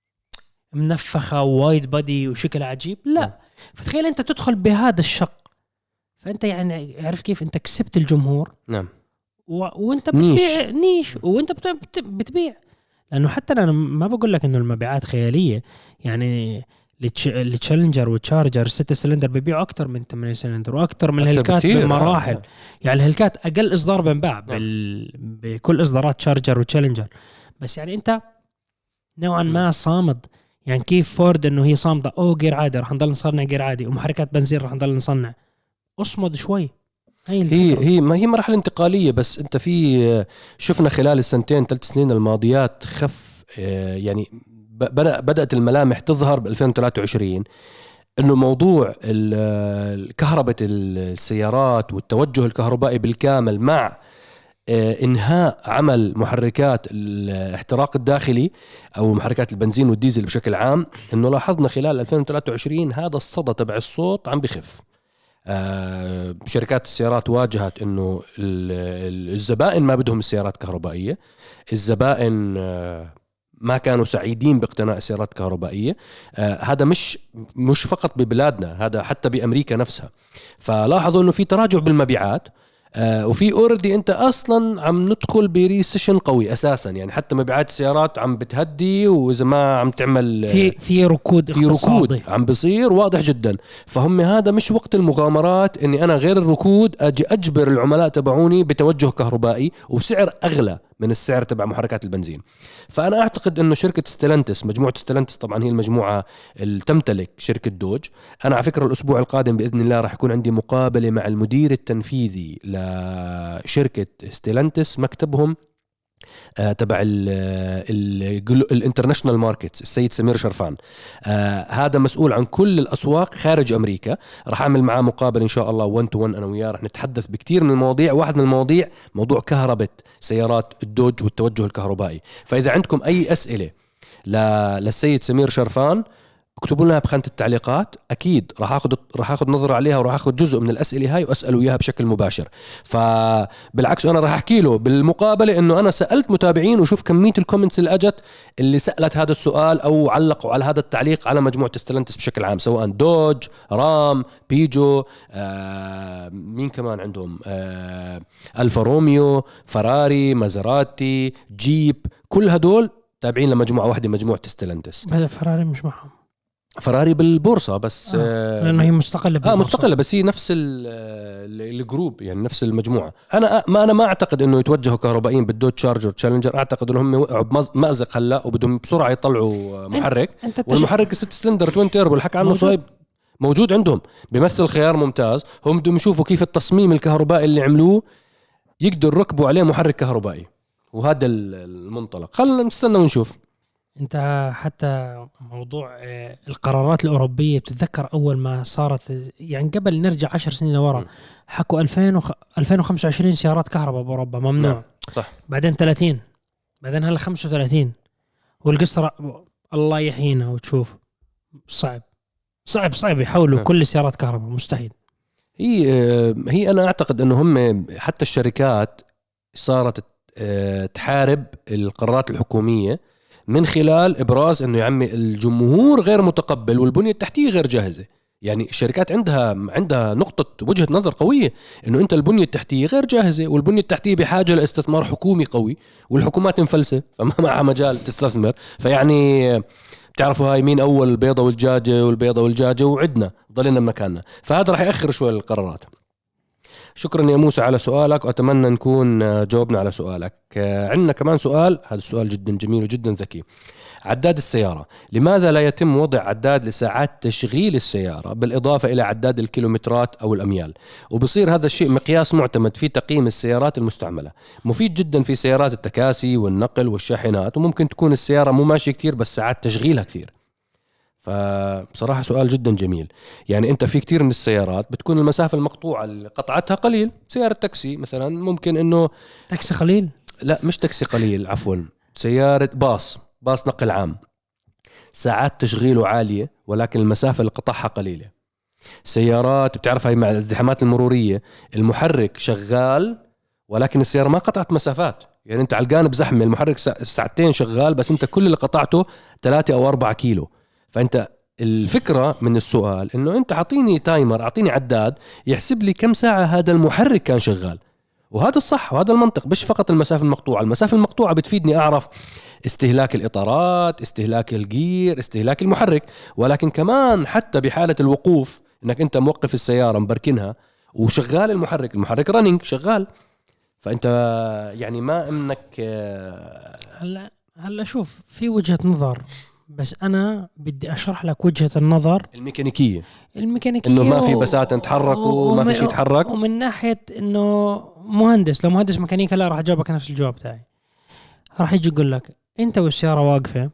منفخه وايد بادي وشكلها عجيب؟ لا. فتخيل انت تدخل بهذا الشق، فانت يعني عارف كيف انت كسبت الجمهور. نعم. وانت بتبيع نيش وانت بتبيع. لانه حتى انا ما بقول لك انه المبيعات خياليه، يعني التشالنجر والتشارجر 6 سلندر بيبيعوا اكثر من 8 سلندر واكثر من الهلكات بمراحل. يعني الهلكات اقل اصدار بنباع بكل اصدارات تشارجر وتشالنجر. بس يعني انت نوعا ما صامد. يعني كيف فورد انه هي صامده، جير عادي رح نضل نصنع جير عادي، ومحركات بنزين رح نضل نصنع. اصمد شوي. هي ما هي مرحله انتقاليه. بس انت في شفنا خلال السنتين 3 سنين الماضيات خف، يعني بدأت الملامح تظهر ب 2023 انه موضوع كهرباء السيارات والتوجه الكهربائي بالكامل مع انهاء عمل محركات الاحتراق الداخلي او محركات البنزين والديزل بشكل عام. انه لاحظنا خلال 2023 هذا الصدى تبع الصوت عم بخف. شركات السيارات واجهت انه الزبائن ما بدهم السيارات كهربائية. الزبائن ما كانوا سعيدين باقتناء سيارات كهربائية. هذا مش فقط ببلادنا، هذا حتى بأمريكا نفسها. فلاحظوا انه في تراجع بالمبيعات، وفي اوريدي انت اصلا عم ندخل بريسيشن قوي اساسا. يعني حتى مبيعات السيارات عم بتهدي، واذا ما عم تعمل في ركود اقتصادي عم بيصير واضح جدا. فهم هذا مش وقت المغامرات اني انا غير الركود اجي اجبر العملاء تبعوني بتوجه كهربائي وبسعر اغلى من السعر تبع محركات البنزين. فانا اعتقد انه شركه ستيلانتس، مجموعه ستيلانتس طبعا هي المجموعه اللي تمتلك شركه دوج. انا على فكره الاسبوع القادم باذن الله راح يكون عندي مقابله مع المدير التنفيذي لشركه ستيلانتس، مكتبهم تبع الانترناشنال ماركت، السيد سمير شرفان. هذا مسؤول عن كل الأسواق خارج أمريكا. راح أعمل معاه مقابل إن شاء الله 1 to 1 أنا وياه. راح نتحدث بكتير من المواضيع. واحد من المواضيع موضوع كهرباء سيارات الدوج والتوجه الكهربائي. فإذا عندكم أي أسئلة للسيد سمير شرفان اكتبوا لنا بخانة التعليقات. اكيد راح اخذ نظرة عليها، وراح اخذ جزء من الاسئله هاي واساله اياها بشكل مباشر. فبالعكس انا راح احكي له بالمقابله انه انا سالت متابعين وشوف كميه الكومنتس اللي اجت اللي سالت هذا السؤال او علقوا على هذا التعليق على مجموعه ستيلانتس بشكل عام، سواء دوج، رام، بيجو، مين كمان عندهم، الفا روميو، فراري، مازراتي، جيب. كل هدول تابعين لمجموعه واحده، مجموعه ستيلانتس. فراري مش معهم. فراري بالبورصة بس لأنه هي مستقلة مستقلة، بس هي نفس الجروب، يعني نفس المجموعة. أنا ما أعتقد إنه يتوجهوا كهربائيين بالدوج تشارجر تشالنجر. أعتقد إنهم وقعوا بمأزق هلا وبدهم بسرعة يطلعوا محرك. والمحرك الست سلندر توين تيربو اللي حكى عنه صايب موجود عندهم، بيمثل خيار ممتاز. هم بدهم يشوفوا كيف التصميم الكهربائي اللي عملوه يقدروا يركبوا عليه محرك كهربائي، وهذا المنطلق. خلنا نستنى ونشوف. انت حتى موضوع القرارات الأوروبية بتتذكر أول ما صارت، يعني قبل نرجع 10 سنين لورا حكوا 2025 سيارات كهرباء بأوروبا ممنوع. صح. بعدين 30، بعدين هلا 35. والقصة الله يحيينا وتشوف صعب يحولوا كل السيارات كهرباء، مستحيل. هي أنا أعتقد أنه هم حتى الشركات صارت تحارب القرارات الحكومية من خلال إبراز إنه يا عمي الجمهور غير متقبل والبنية التحتية غير جاهزة. يعني الشركات عندها نقطة وجهة نظر قوية، إنه أنت البنية التحتية غير جاهزة، والبنية التحتية بحاجة لاستثمار حكومي قوي، والحكومات مفلسة فما معها مجال تستثمر. فيعني بتعرفوا هاي مين أول البيضة والدجاجة وعدنا ضلنا بمكاننا. فهذا رح يأخر شوي القرارات. شكرا يا موسى على سؤالك، وأتمنى نكون جاوبنا على سؤالك. عندنا كمان سؤال، هذا السؤال جدا جميل وجدا ذكي. عداد السيارة، لماذا لا يتم وضع عداد لساعات تشغيل السيارة بالإضافة إلى عداد الكيلومترات أو الأميال، وبصير هذا الشيء مقياس معتمد في تقييم السيارات المستعملة؟ مفيد جدا في سيارات التكاسي والنقل والشاحنات، وممكن تكون السيارة مو ماشية كتير بس ساعات تشغيلها كثير. فبصراحة سؤال جدا جميل. يعني أنت في كتير من السيارات بتكون المسافة المقطوعة اللي قطعتها قليل. سيارة تاكسي مثلا ممكن إنه تاكسي قليل، لا مش تاكسي قليل، عفوا سيارة باص نقل عام ساعات تشغيله عالية ولكن المسافة اللي قطعها قليلة. سيارات بتعرف هاي مع الازدحامات المرورية المحرك شغال ولكن السيارة ما قطعت مسافات. يعني أنت على الجانب زحمة، المحرك ساعتين شغال بس أنت كل اللي قطعته 3 أو 4 كيلو. فأنت الفكرة من السؤال إنه أنت أعطيني تايمر، أعطيني عداد يحسب لي كم ساعة هذا المحرك كان شغال. وهذا الصح وهذا المنطق، مش فقط المسافة المقطوعة. المسافة المقطوعة بتفيدني أعرف استهلاك الإطارات، استهلاك الجير، استهلاك المحرك، ولكن كمان حتى بحالة الوقوف إنك أنت موقف السيارة مبركنها وشغال المحرك رننج شغال. فأنت يعني ما إنك هلا شوف، في وجهة نظر بس أنا بدي أشرح لك وجهة النظر الميكانيكية إنه ما في بساتين تحرك وما في شيء يتحرك، ومن ناحية إنه مهندس، لو مهندس ميكانيكا لا راح أجاوبك نفس الجواب تاعي. راح يجي يقول لك أنت والسيارة واقفة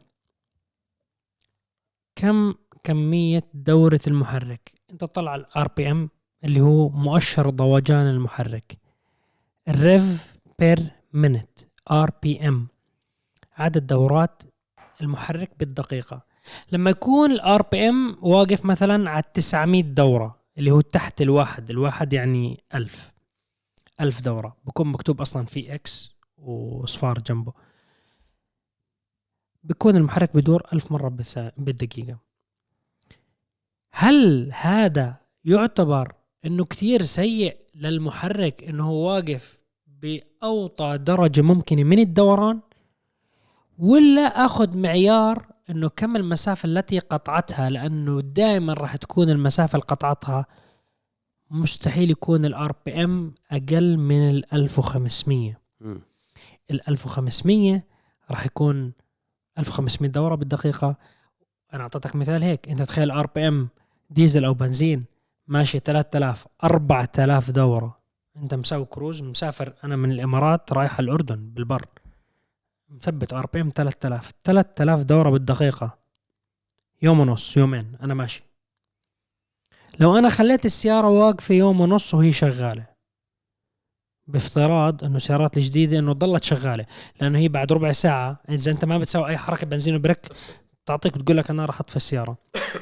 كم كمية دورة المحرك. أنت تطلع ال RPM اللي هو مؤشر ضوجان المحرك، الريف بير مينت RPM، عدد دورات المحرك بالدقيقة. لما يكون ال RPM واقف مثلا على 900 دورة اللي هو تحت الواحد يعني 1000 دورة، بكون مكتوب أصلا في X وصفار جنبه، بيكون المحرك بدور 1000 مرة بالدقيقة. هل هذا يعتبر إنه كتير سيء للمحرك إنه هو واقف بأوطى درجة ممكنة من الدوران، ولا أخذ معيار إنه كم المسافة التي قطعتها؟ لأنه دائما راح تكون المسافة اللي قطعتها مستحيل يكون ال RPM أقل من ال 1500. ال 1500 راح يكون 1500 دورة بالدقيقة. أنا أعطيتك مثال هيك، أنت تخيل RPM ديزل أو بنزين ماشي 3000 4000 دورة، أنت مساوي كروز مسافر، أنا من الإمارات رايح الأردن بالبر مثبت RPM 3000 دورة بالدقيقة، يوم ونص يومين أنا ماشي. لو أنا خليت السيارة واقفة يوم ونص وهي شغالة، بافتراض أنه سيارات الجديدة أنه ضلت شغالة، لأنه هي بعد ربع ساعة إذا أنت ما بتسوي أي حركة بنزين وبريك تعطيك بتقول لك أنا راح أطفي السيارة.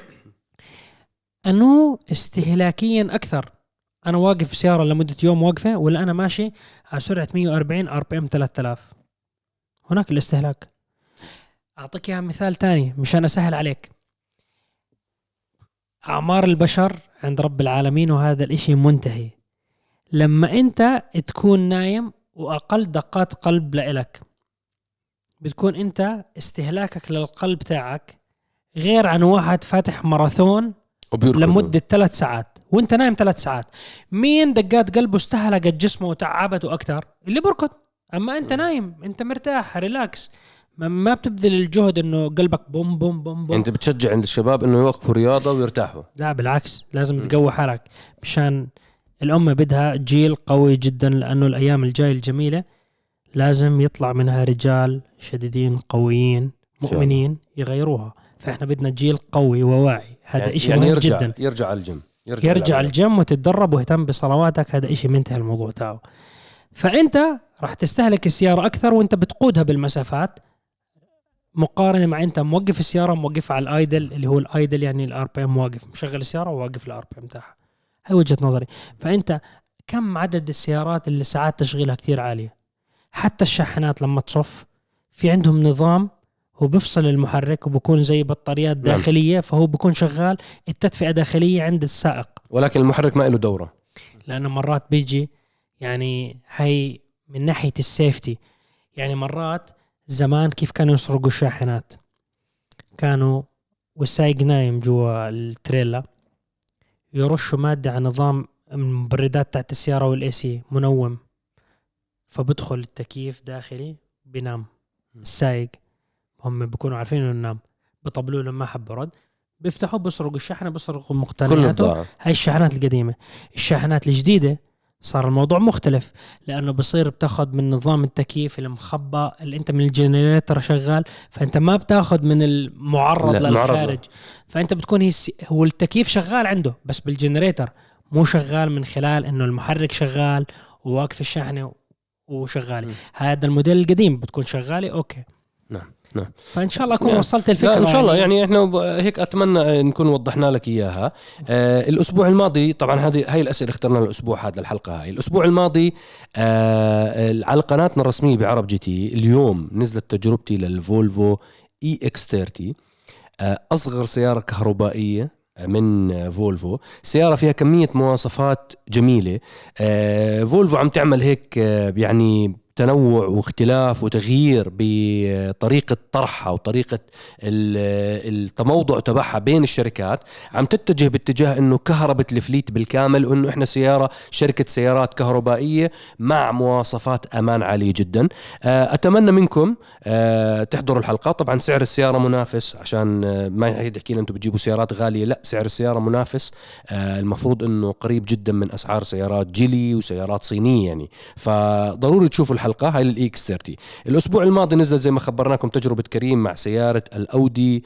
أنه استهلاكيا أكثر أنا واقف سيارة لمدة يوم واقفة ولا أنا ماشي على سرعة 140 RPM 3000؟ هناك الاستهلاك. أعطيك إياها مثال تاني مشان أسهل عليك. أعمار البشر عند رب العالمين وهذا الإشي منتهي. لما أنت تكون نايم وأقل دقات قلب لإلك، بتكون أنت استهلاكك للقلب تاعك غير عن واحد فاتح ماراثون لمدة 3 ساعات وانت نايم 3 ساعات. مين دقات قلبه استهلكت جسمه وتعبته أكتر؟ اللي بركض. أما أنت نايم أنت مرتاح ريلاكس، ما بتبذل الجهد إنه قلبك بوم بوم بوم بوم. أنت بتشجع عند الشباب إنه يوقفوا رياضة ويرتاحوا. لا بالعكس، لازم تقوي حالك مشان الأمة بدها جيل قوي جدا، لأنه الأيام الجاية الجميلة لازم يطلع منها رجال شديدين قويين مؤمنين يغيروها. فإحنا بدنا جيل قوي وواعي. هذا إشي مهم جدا. يرجع الجيم، يرجع الجيم وتتدرب ويهتم بصلواتك. هذا إشي منتهي الموضوع تاعه. فأنت راح تستهلك السيارة أكثر وأنت بتقودها بالمسافات، مقارنة مع أنت موقف السيارة موقفها على الآيدل، اللي هو الآيدل يعني الRPM واقف، مشغل السيارة وواقف الRPM تاعها. هاي وجهة نظري. فأنت كم عدد السيارات اللي ساعات تشغيلها كتير عالية؟ حتى الشاحنات لما تصف في عندهم نظام هو بفصل المحرك وبكون زي بطاريات داخلية. فهو بكون شغال التدفئة داخلية عند السائق، ولكن المحرك ما له دورة. لأنه مرات بيجي يعني هي من ناحية السيفتي. يعني مرات زمان كيف كانوا يسرقوا الشاحنات، كانوا والسايق نايم جوا التريلا يرشوا مادة على نظام المبردات تحت السيارة والإيسي منوم، فبدخل التكييف داخلي بينام السايق، هم بيكونوا عارفين انه نام، بطبلوا له ما حب برد، بيفتحوا بسرقوا الشحنة، بسرقوا مقتنياته. هاي الشاحنات القديمة. الشاحنات الجديدة صار الموضوع مختلف، لأنه بصير بتاخد من نظام التكييف المخبى اللي انت من الجنريتر شغال، فانت ما بتاخد من المعرض للخارج. فانت بتكون هو التكييف شغال عنده بس بالجنريتر، مو شغال من خلال انه المحرك شغال وواقف الشاحنة وشغالي. هذا الموديل القديم بتكون شغالة اوكي. نعم. فإن شاء الله أكون وصلت الفكرة. إن شاء الله يعني إحنا هيك أتمنى نكون وضحنا لك إياها. الأسبوع الماضي طبعا هاي الأسئلة اخترنا الأسبوع هذا الحلقة. هاي الأسبوع الماضي على قناتنا الرسمية بعرب جي تي اليوم نزلت تجربتي للفولفو EX30، أصغر سيارة كهربائية من فولفو. سيارة فيها كمية مواصفات جميلة. فولفو عم تعمل هيك يعني تنوع واختلاف وتغيير بطريقة طرحها وطريقة التموضع تبعها بين الشركات. عم تتجه باتجاه انه كهربة الفليت بالكامل، وانه احنا شركة سيارات كهربائية مع مواصفات امان عالية جدا. اتمنى منكم تحضروا الحلقة. طبعا سعر السيارة منافس، عشان ما يحكي لنا انتم بتجيبوا سيارات غالية، لا، سعر السيارة منافس. المفروض انه قريب جدا من اسعار سيارات جيلي وسيارات صينية يعني. فضروري تشوفوا الحلقة هاي الEX30. الأسبوع الماضي نزل زي ما خبرناكم تجربة كريم مع سيارة الأودي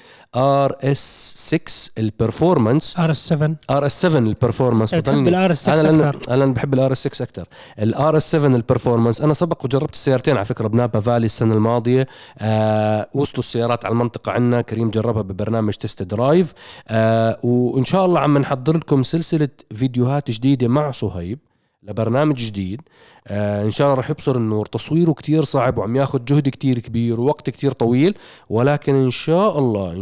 RS6 البرفورمانس. RS7 البرفورمانس. بحب الRS6 أكتر. أنا بحب الRS6 أكتر. الRS7 البرفورمانس أنا سبق وجربت السيارتين على فكرة بنابا فالي السنة الماضية. وصلوا السيارات على المنطقة عنا، كريم جربها ببرنامج تست درايف. وإن شاء الله عم نحضر لكم سلسلة فيديوهات جديدة مع صهيب لبرنامج جديد. إن شاء الله رح يبصر النور. تصويره كتير صعب وعم ياخد جهد كتير كبير ووقت كتير طويل، ولكن إن شاء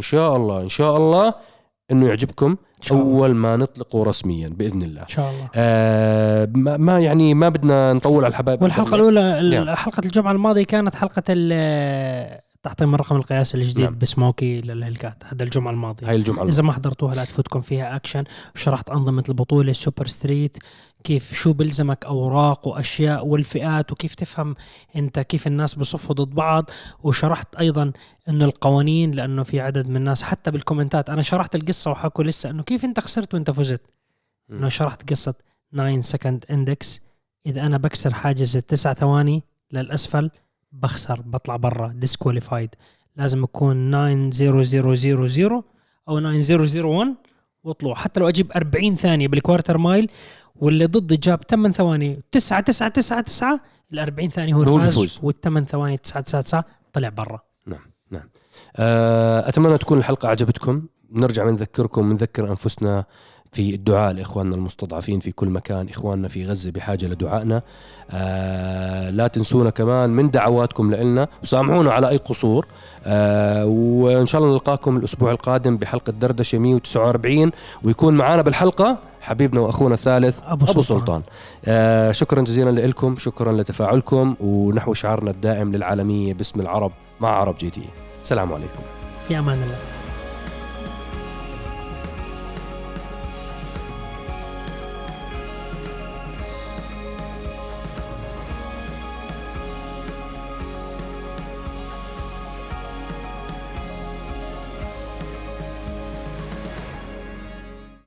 الله إنه يعجبكم أول ما نطلقه رسميا بإذن الله. إن شاء الله. ما بدنا نطول على الحبايب. والحلقة الأولى حلقة الجمعة الماضية كانت حلقة تحطيم الرقم القياسي الجديد. نعم. بسموكي للهلكات. هذا الجمعة الماضية. هاي الجمعة إذا ما حضرتوها لا تفوتكم فيها أكشن. شرحت أنظمة البطولة السوبر ستريت، كيف شو بلزمك أوراق وأشياء والفئات، وكيف تفهم أنت كيف الناس بصفوا ضد بعض. وشرحت أيضا إنه القوانين، لأنه في عدد من الناس حتى بالكومنتات أنا شرحت القصة وحكوا لسه إنه كيف أنت خسرت وأنت فزت. إنه شرحت قصة 9 second index. إذا أنا بكسر حاجز 9 ثواني للأسفل بخسر، بطلع برا disqualified. لازم يكون 90000 أو 9001 واطلعوا. حتى لو أجيب 40 ثانية بالكوارتر مايل واللي ضدي جاب 8 ثواني 9 ال 40 ثانية هو الفاز، وال8 ثواني 9 طلع برا. نعم. أتمنى تكون الحلقة عجبتكم. نرجع نذكر أنفسنا في الدعاء لإخواننا المستضعفين في كل مكان. إخواننا في غزة بحاجة لدعائنا. لا تنسونا كمان من دعواتكم لنا، وسامحونا على أي قصور. وإن شاء الله نلقاكم الأسبوع القادم بحلقة دردشة 149، ويكون معنا بالحلقة حبيبنا وأخونا الثالث أبو سلطان. شكرا جزيلا لكم، شكرا لتفاعلكم، ونحو شعارنا الدائم للعالمية باسم العرب مع عرب جي تي. السلام عليكم، في أمان الله.